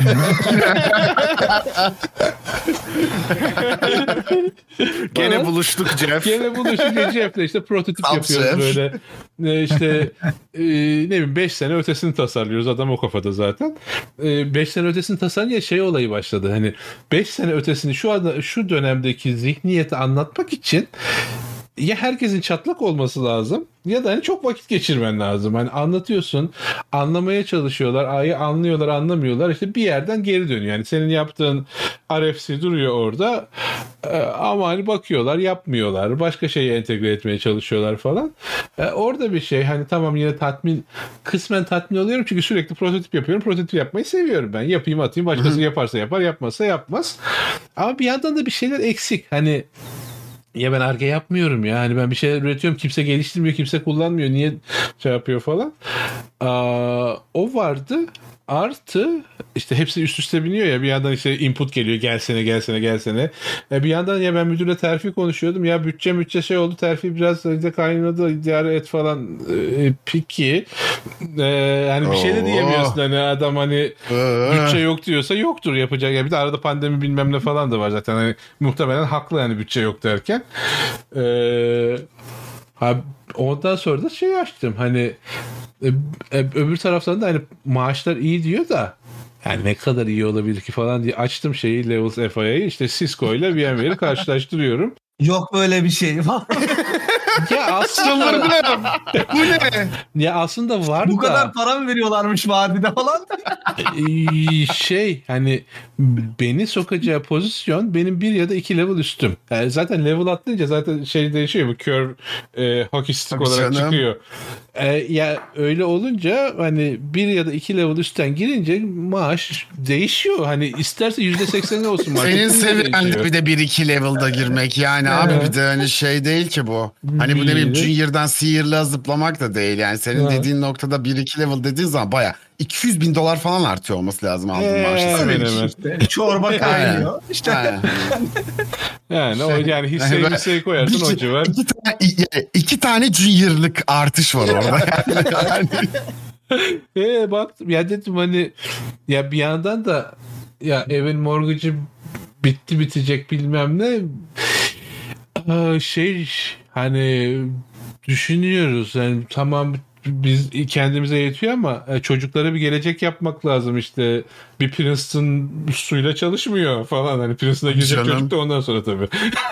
Gene buluştuk Jeff. Gene buluştuk Jeff'le işte prototip Tam yapıyoruz Jeff. böyle. E, işte e, ne bileyim beş sene ötesini tasarlıyoruz. Adam o kafada zaten. beş sene ötesini tasarlayınca şey olayı başladı. Hani beş sene ötesini şu anda şu dönemdeki zihniyeti anlatmak için ya herkesin çatlak olması lazım ya da hani çok vakit geçirmen lazım. Hani anlatıyorsun, anlamaya çalışıyorlar, ayı anlıyorlar, anlamıyorlar. İşte bir yerden geri dönüyor. Yani senin yaptığın R F C duruyor orada ama hani bakıyorlar, yapmıyorlar. Başka şeyi entegre etmeye çalışıyorlar falan. Orada bir şey hani tamam yine tatmin, kısmen tatmin oluyorum çünkü sürekli prototip yapıyorum. Prototip yapmayı seviyorum ben. Yapayım atayım, başkası yaparsa yapar, yapmazsa yapmaz. Ama bir yandan da bir şeyler eksik. Hani ya ben Ar-Ge yapmıyorum ya. Hani ben bir şeyler üretiyorum. Kimse geliştirmiyor. Kimse kullanmıyor. Niye şey yapıyor falan. Aa, o vardı. Artı işte hepsi üst üste biniyor ya, bir yandan işte input geliyor, gelsene gelsene gelsene. E bir yandan ya ben müdürle terfi konuşuyordum, ya bütçe bütçe şey oldu, terfi biraz da kaynadı, idare et falan. E, peki e, yani bir şey de diyemiyorsun hani, adam hani bütçe yok diyorsa yoktur, yapacak. Ya bir de arada pandemi bilmem ne falan da var zaten, hani muhtemelen haklı yani bütçe yok derken. Eee Ha, ondan sonra da şey açtım hani e, e, öbür taraftan da hani maaşlar iyi diyor da yani ne kadar iyi olabilir ki falan diye açtım şeyi, Levels F I A'yı, işte Cisco ile VMware'i karşılaştırıyorum. Yok böyle bir şey. Ya aslında bu ne? Ya aslında var Bu da. Bu kadar para mı veriyorlarmış vadide falan? şey hani beni sokacağı pozisyon benim bir ya da iki level üstüm. Yani zaten level atlayınca zaten şey değişiyor, bu curve e, hockey stick Tabii olarak canım. çıkıyor. E, ya öyle olunca hani bir ya da iki level üstten girince maaş değişiyor. Hani isterse yüzde seksen olsun maaş. Senin seviyende bir de bir iki level'da girmek yani abi, bir de hani şey değil ki bu. Hani bu ne bileyim Junior'dan Senior'la zıplamak da değil yani. Senin Ha. dediğin noktada bir iki level dediğin zaman baya iki yüz bin dolar falan artıyor olması lazım aldığın Ee, maaşı. hemen hemen. İşte, çorba kaynıyor. İşte Aynen. Yani o yani hisseyi Yani hisseyi koyarsın o iki, civar. iki, tane, iki, iki tane Junior'lık artış var orada. Yani. Ee, baktım ya, dedim hani ya bir yandan da ya evin mortgage'ı bitti bitecek bilmem ne. Aa, şey hani düşünüyoruz yani, tamam biz kendimize yetiyor ama çocuklara bir gelecek yapmak lazım, işte bir Princeton suyla çalışmıyor falan, hani Princeton'a girecek Canım. çocuk da ondan sonra tabii.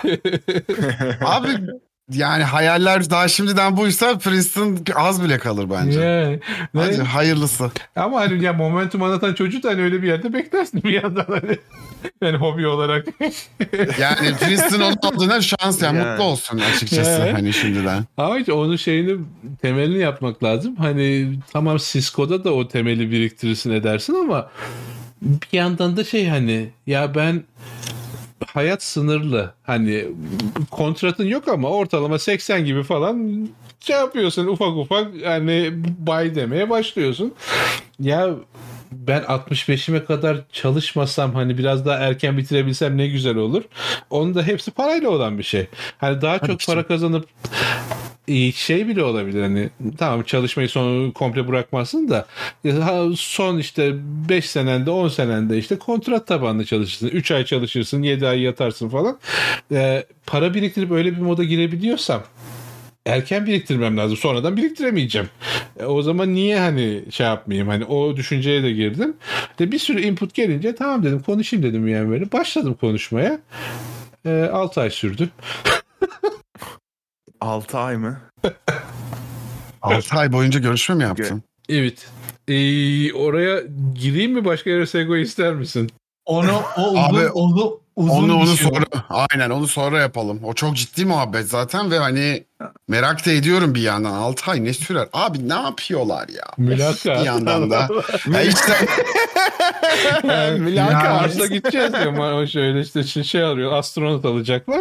Abi yani hayaller daha şimdiden buysa Princeton az bile kalır bence. Yani, Hadi ne? hayırlısı. Ama hani ya momentum anlatan çocuk da hani öyle bir yerde beklersin bir yandan hani. Yani hobi olarak. Yani Princeton onun olduğuna şans yani, Yani. mutlu olsun açıkçası Evet. hani şimdiden. Ama işte onun şeyini, temelini yapmak lazım. Hani tamam Cisco'da da o temeli biriktirirsin edersin ama bir yandan da şey hani ya ben hayat sınırlı. Hani kontratın yok ama ortalama seksen gibi falan şey yapıyorsun, ufak ufak hani bay demeye başlıyorsun. Ya ben altmış beşime kadar çalışmasam hani biraz daha erken bitirebilsem ne güzel olur. Onun da hepsi parayla olan bir şey. Hani daha çok para kazanıp şey bile olabilir, hani tamam çalışmayı son komple bırakmazsın da son işte beş senende on senende işte kontrat tabanlı çalışırsın. üç ay çalışırsın, yedi ay yatarsın falan. Ee, para biriktirip öyle bir moda girebiliyorsam erken biriktirmem lazım. Sonradan biriktiremeyeceğim. E, o zaman niye hani şey yapmayayım? Hani o düşünceye de girdim. De bir sürü input gelince tamam dedim, konuşayım dedim yani böyle. Başladım konuşmaya. E, altı ay sürdü. altı ay mı? altı ay boyunca görüşme mi yaptın? Evet. E, oraya gireyim mi? Başka yere segue ister misin? onu o uzun Abi, uzun uzun Onu bir onu şey. sonra aynen onu sonra yapalım. O çok ciddi muhabbet zaten ve hani merak da ediyorum bir yandan. altı ay ne sürer? Abi ne yapıyorlar ya? Mülakat. Bir yandan da. Ya işte Yani, Mülakat. Mars'a gideceğiz diyor. Ama şöyle işte şey, şey alıyor. Astronot alacaklar.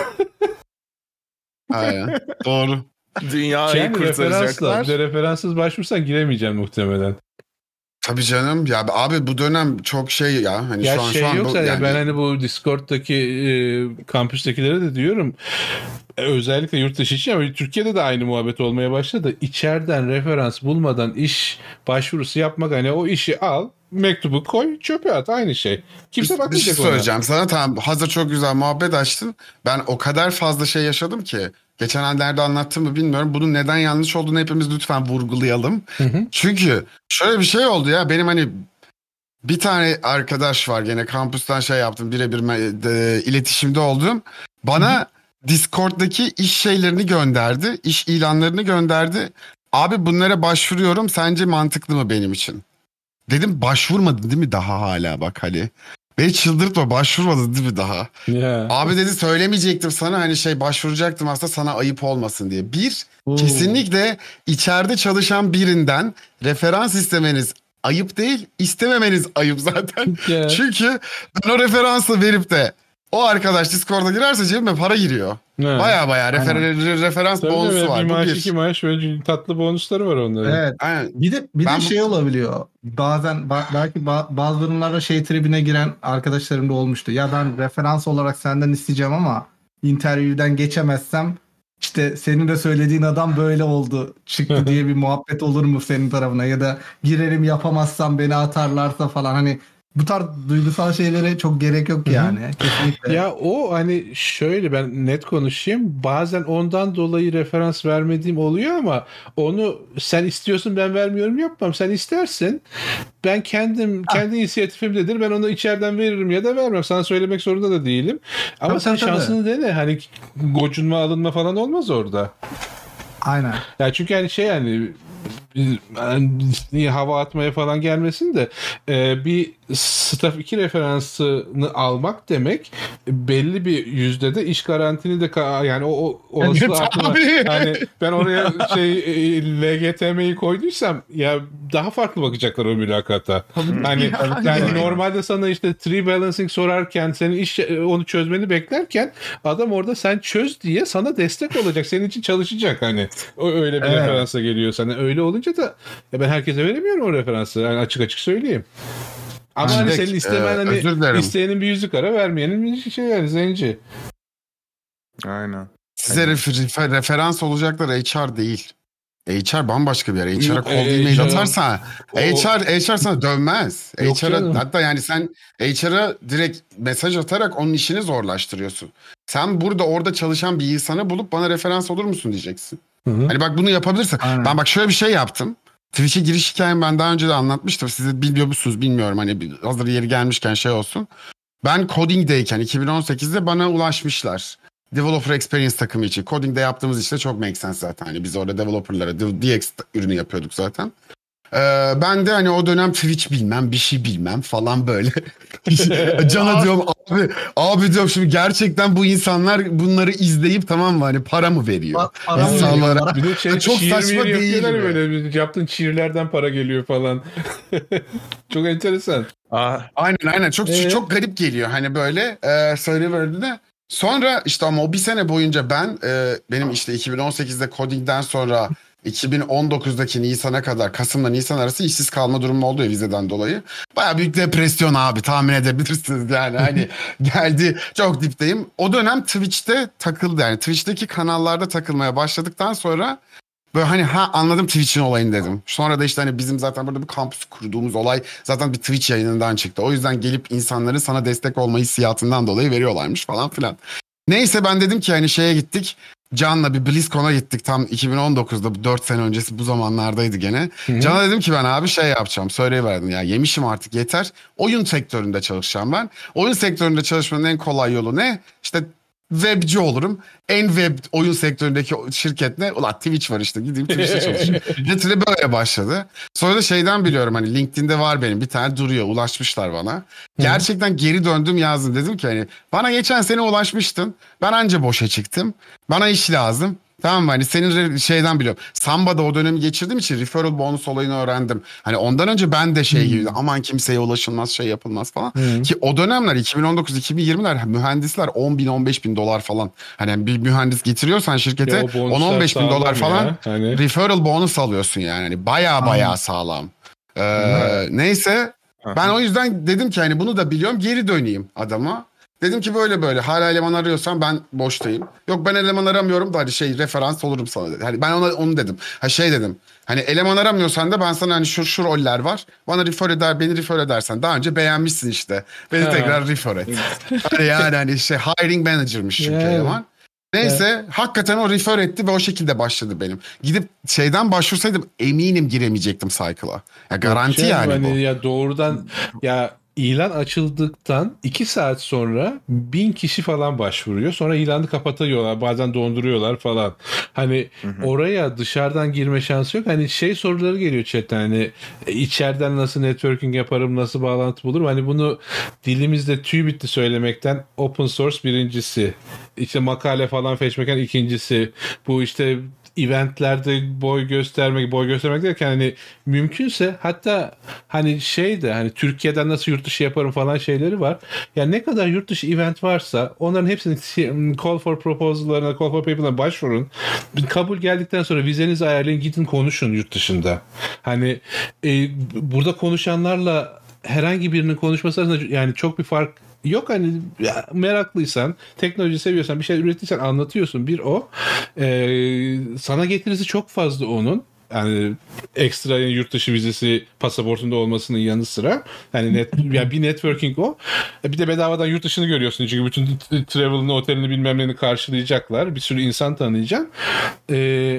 aynen. Doğru. Dünyayı Yani referansla. kurtaracaklar. Bir de referanssız başvursan giremeyeceksin muhtemelen. Tabii canım ya abi, bu dönem çok şey ya hani Ya şu an şey şu an yoksa bu, ya yani, ben hani bu Discord'daki e, kampüstekilere de diyorum. E, özellikle yurt dışı için ama Türkiye'de de aynı muhabbet olmaya başladı. İçeriden referans bulmadan iş başvurusu yapmak, hani o işi al, mektubu koy, çöpe at, aynı şey. Kimse bir, bir şey bakmayacak ona. söyleyeceğim sana, tamam hazır çok güzel muhabbet açtın. Ben o kadar fazla şey yaşadım ki geçen nerede anlattım mı bilmiyorum. Bunun neden yanlış olduğunu hepimiz lütfen vurgulayalım. Hı hı. Çünkü şöyle bir şey oldu ya, benim hani bir tane arkadaş var gene kampüsten şey yaptım, birebir e, iletişimde oldum. Bana Discord'daki iş şeylerini gönderdi. İş ilanlarını gönderdi. Abi bunlara başvuruyorum. Sence mantıklı mı benim için? Dedim başvurmadın değil mi daha hala bak hani. Beni çıldırtma başvurmadın değil mi daha? Yeah. Abi dedi söylemeyecektim sana hani şey başvuracaktım aslında sana ayıp olmasın diye. Bir Oo. kesinlikle içeride çalışan birinden referans istemeniz ayıp değil, istememeniz ayıp zaten. Yeah. Çünkü ben o referansı verip de o arkadaş Discord'a girerse cebime para giriyor. Evet. Baya baya refer re- referans Tabii bonusu evet, var. bir Bu maaş bir. iki maaş böyle tatlı bonusları var onların. Evet. Aynen. Bir de bir Ben de bu- şey olabiliyor. Bazen ba- belki ba- bazı durumlarda şey tribine giren arkadaşlarım da olmuştu. Ya ben referans olarak senden isteyeceğim ama interview'den geçemezsem işte senin de söylediğin adam böyle oldu çıktı diye bir muhabbet olur mu senin tarafına ya da girerim yapamazsam beni atarlarsa falan hani bu tarz duygusal şeylere çok gerek yok yani. Kesinlikle. Ya o hani şöyle ben net konuşayım. Bazen ondan dolayı referans vermediğim oluyor ama onu sen istiyorsun ben vermiyorum yapmam. Sen istersin. Ben kendim kendi inisiyatifimdedir. Ben onu içeriden veririm ya da vermem. Sana söylemek zorunda da değilim. Ama Tabii, sen tabii, şansını dene. Hani gocunma alınma falan olmaz orada. Aynen. Ya çünkü hani şey yani yani hava atmaya falan gelmesin de e, bir staff iki referansını almak demek belli bir yüzdede iş garantini de ka- yani o, o olasılığı arttırma. Tabii. Yani ben oraya şey e, L G T M'yi koyduysam ya daha farklı bakacaklar o mülakata. Hani yani normalde sana işte tree balancing sorarken senin iş onu çözmeni beklerken adam orada sen çöz diye sana destek olacak. Senin için çalışacak hani. O öyle bir Evet. referansa geliyor sana. Öyle olunca da ya ben herkese veremiyorum o referansı. Yani açık açık söyleyeyim. Ama Şimdi, hani senin istemen e, hani özür dilerim. isteyenin bir yüzük ara vermeyenin bir şey yani zenci. Aynen. Size refer- refer- referans olacaklar H R değil. H R bambaşka bir yer. H R'a Yok, cold e, email H R atarsan o- H R H R sana dönmez. Yok H R'a canım. hatta yani sen H R'a direkt mesaj atarak onun işini zorlaştırıyorsun. Sen burada orada çalışan bir insanı bulup bana referans olur musun diyeceksin. Hı hı. Hani bak bunu yapabilirsin. Aynen. Ben bak şöyle bir şey yaptım. Twitch'e giriş hikayemi ben daha önce de anlatmıştım. Siz biliyor musunuz bilmiyorum. Hani bir- hazır yeri gelmişken şey olsun. Ben coding'deyken iki bin on sekizde bana ulaşmışlar. Developer Experience takımı için. Coding'de yaptığımız işte çok make sense zaten. Hani biz orada developerlara D X ürünü yapıyorduk zaten. Ee, ben de hani o dönem Twitch bilmem bir şey bilmem falan böyle. Cana diyorum abi, abi diyorum şimdi gerçekten bu insanlar bunları izleyip tamam mı hani para mı veriyor? Pa- para mı İnsanlara. veriyorlar? Bir de şey, Çok şiir saçma miyir değil yapıyorlar ya mi? böyle yaptığın şiirlerden para geliyor falan. Çok enteresan. Aa, Aynen aynen çok Ee? çok garip geliyor hani böyle e, söyleyiverdi de. Sonra işte ama o bir sene boyunca ben e, benim işte iki bin on sekizde coding'den sonra iki bin on dokuzdaki Nisan'a kadar Kasım'la Nisan arası işsiz kalma durumu oldu ya vizeden dolayı. Baya büyük depresyon abi tahmin edebilirsiniz yani hani geldi çok dipteyim. O dönem Twitch'te takıldı yani Twitch'teki kanallarda takılmaya başladıktan sonra böyle hani ha anladım Twitch'in olayını dedim. Sonra da işte hani bizim zaten burada bir kampüs kurduğumuz olay zaten bir Twitch yayınından çıktı. O yüzden gelip insanların sana destek olma hissiyatından dolayı veriyorlarmış falan filan. Neyse ben dedim ki hani şeye gittik. Can'la bir BlizzCon'a gittik tam iki bin on dokuzda dört sene öncesi bu zamanlardaydı gene. Hı hı. Can'a dedim ki ben abi şey yapacağım söyleyiverdim ya yemişim artık yeter. Oyun sektöründe çalışacağım ben. Oyun sektöründe çalışmanın en kolay yolu ne? İşte webci olurum. En web oyun sektöründeki şirket ne? Ulan Twitch var işte gideyim Twitch'te çalışayım. Getiri böyle başladı. Sonra da şeyden biliyorum hani LinkedIn'de var benim bir tane duruyor ulaşmışlar bana. Gerçekten geri döndüm yazdım dedim ki hani bana geçen sene ulaşmıştın. Ben anca boşa çıktım. Bana iş lazım. Tamam mı? Hani senin re- şeyden biliyorum. Samba'da o dönemi geçirdiğim için referral bonus olayını öğrendim. Hani ondan önce ben de şey gibi aman kimseye ulaşılmaz şey yapılmaz falan. Hı. Ki o dönemler iki bin on dokuz iki bin yirmiler mühendisler on bin on beş bin dolar falan. Hani bir mühendis getiriyorsan şirkete Ya o bonuslar on on beş bin sağlam dolar ya. falan Hani referral bonus alıyorsun yani. Hani baya baya sağlam. Ee, neyse ben o yüzden dedim ki hani bunu da biliyorum geri döneyim adama. Dedim ki böyle böyle hala eleman arıyorsan ben boştayım. Yok ben eleman aramıyorum da hadi şey referans olurum sana dedi. Hani ben ona onu dedim. Ha şey dedim. Hani eleman aramıyorsan da ben sana hani şu şu roller var. Bana refer eder beni refer edersen daha önce beğenmişsin işte. Beni Ha. tekrar refer et. Hani yani hani şey hiring manager'mış çünkü Yani. eleman. Neyse hakikaten o refer etti ve o şekilde başladı benim. Gidip şeyden başvursaydım eminim giremeyecektim cycle'a. Ya garanti Şey, yani hani bu. ya doğrudan ya ilan açıldıktan iki saat sonra bin kişi falan başvuruyor. Sonra ilanı kapatıyorlar. Bazen donduruyorlar falan. Hani hı hı. oraya dışarıdan girme şansı yok. Hani şey soruları geliyor chatten. Hani içeriden nasıl networking yaparım, nasıl bağlantı bulurum? Hani bunu dilimizde tüy bitti söylemekten. Open source birincisi. İşte makale falan feçmeken ikincisi. Bu işte eventlerde boy göstermek, boy göstermek derken hani mümkünse hatta hani şey de hani Türkiye'den nasıl yurt dışı yaparım falan şeyleri var. Yani ne kadar yurt dışı event varsa onların hepsini call for proposal'larına, call for paper'larına başvurun. Kabul geldikten sonra vizenizi ayarlayın, gidin konuşun yurt dışında. Hani e, burada konuşanlarla herhangi birinin konuşması arasında yani çok bir fark yok. Hani ya, meraklıysan, teknoloji seviyorsan, bir şey ürettiysen anlatıyorsun. Bir o. Ee, sana getirisi çok fazla onun. Yani ekstra yani yurt dışı vizesi pasaportunda olmasının yanı sıra. Yani net, yani bir networking o. Bir de bedavadan yurt dışını görüyorsun. Çünkü bütün travel'ını, otelini bilmem neyini karşılayacaklar. Bir sürü insan tanıyacaksın. Ee,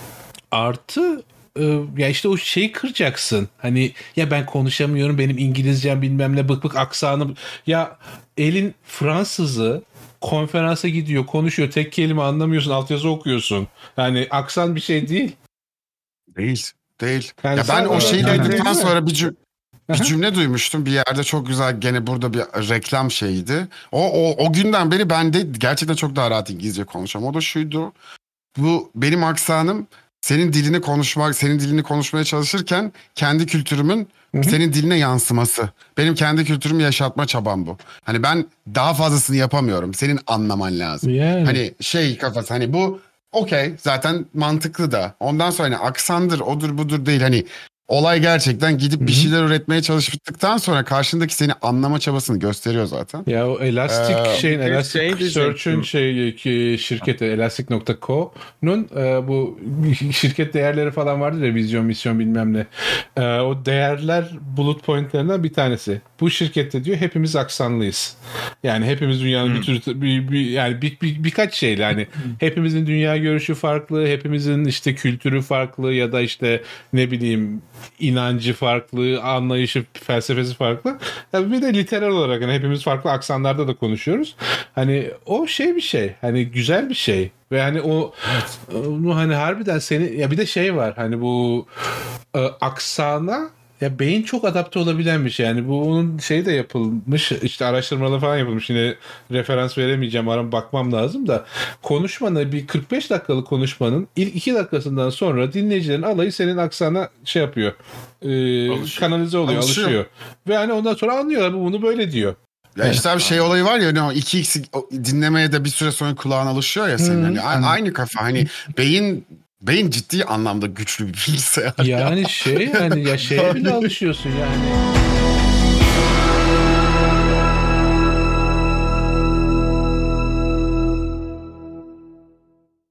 artı ya işte o şeyi kıracaksın. Hani ya ben konuşamıyorum, benim İngilizcem bilmem ne, bık bık aksanım. Ya elin Fransızı konferansa gidiyor, konuşuyor, tek kelime anlamıyorsun, altyazı okuyorsun. Yani aksan bir şey değil. Değil. Değil. Yani ya ben o şeyi yani, duyduktan sonra bir, cüm- bir cümle duymuştum. Bir yerde çok güzel, gene burada bir reklam şeydi. O, o, o günden beri ben de gerçekten çok daha rahat İngilizce konuşuyorum. O da şuydu. Bu benim aksanım senin dilini konuşmak, senin dilini konuşmaya çalışırken kendi kültürümün Hı-hı. senin diline yansıması. Benim kendi kültürümü yaşatma çabam bu. Hani ben daha fazlasını yapamıyorum. Senin anlaman lazım. Yani. Hani şey kafası, hani bu okey, zaten mantıklı da. Ondan sonra hani aksandır, odur budur değil. Hani olay gerçekten gidip Hı-hı. bir şeyler üretmeye çalıştıktan sonra karşındaki seni anlama çabasını gösteriyor zaten. Ya o Elastic ee, şeyin, Elastic şey Search'ün şey şirketi elastic nokta co'nun e, bu şirket değerleri falan vardır ya, vizyon, misyon bilmem ne. E, o değerler bullet point'lerinden bir tanesi. Bu şirkette diyor hepimiz aksanlıyız. Yani hepimiz dünyanın hmm. bir tür bir, bir yani bir, bir, birkaç şeyle hani hepimizin dünya görüşü farklı, hepimizin işte kültürü farklı ya da işte ne bileyim inancı farklı, anlayışı, felsefesi farklı. Yani bir de literal olarak hani hepimiz farklı aksanlarda da konuşuyoruz. Hani o şey bir şey. Hani güzel bir şey. Ve hani o evet. onu hani harbiden seni ya bir de şey var. Hani bu e, aksana ya beyin çok adapte olabilen bir şey. Yani bu onun şeyi de yapılmış. İşte araştırmalar falan yapılmış. Yine referans veremeyeceğim. Aram bakmam lazım da. Konuşmanı bir kırk beş dakikalık konuşmanın ilk iki dakikasından sonra dinleyicilerin alayı senin aksana şey yapıyor. E, kanalize oluyor. Alışıyor. alışıyor. Ve hani ondan sonra anlıyorlar. Bu bunu böyle diyor. Ya işte bir şey olayı var ya, hani o iki x dinlemeye de bir süre sonra kulağın alışıyor ya senin. Hmm. Hani aynı kafa. Hani beyin Beyin ciddi anlamda güçlü bir bilgisayar. Yani ya. şey hani ya şeye bile alışıyorsun yani.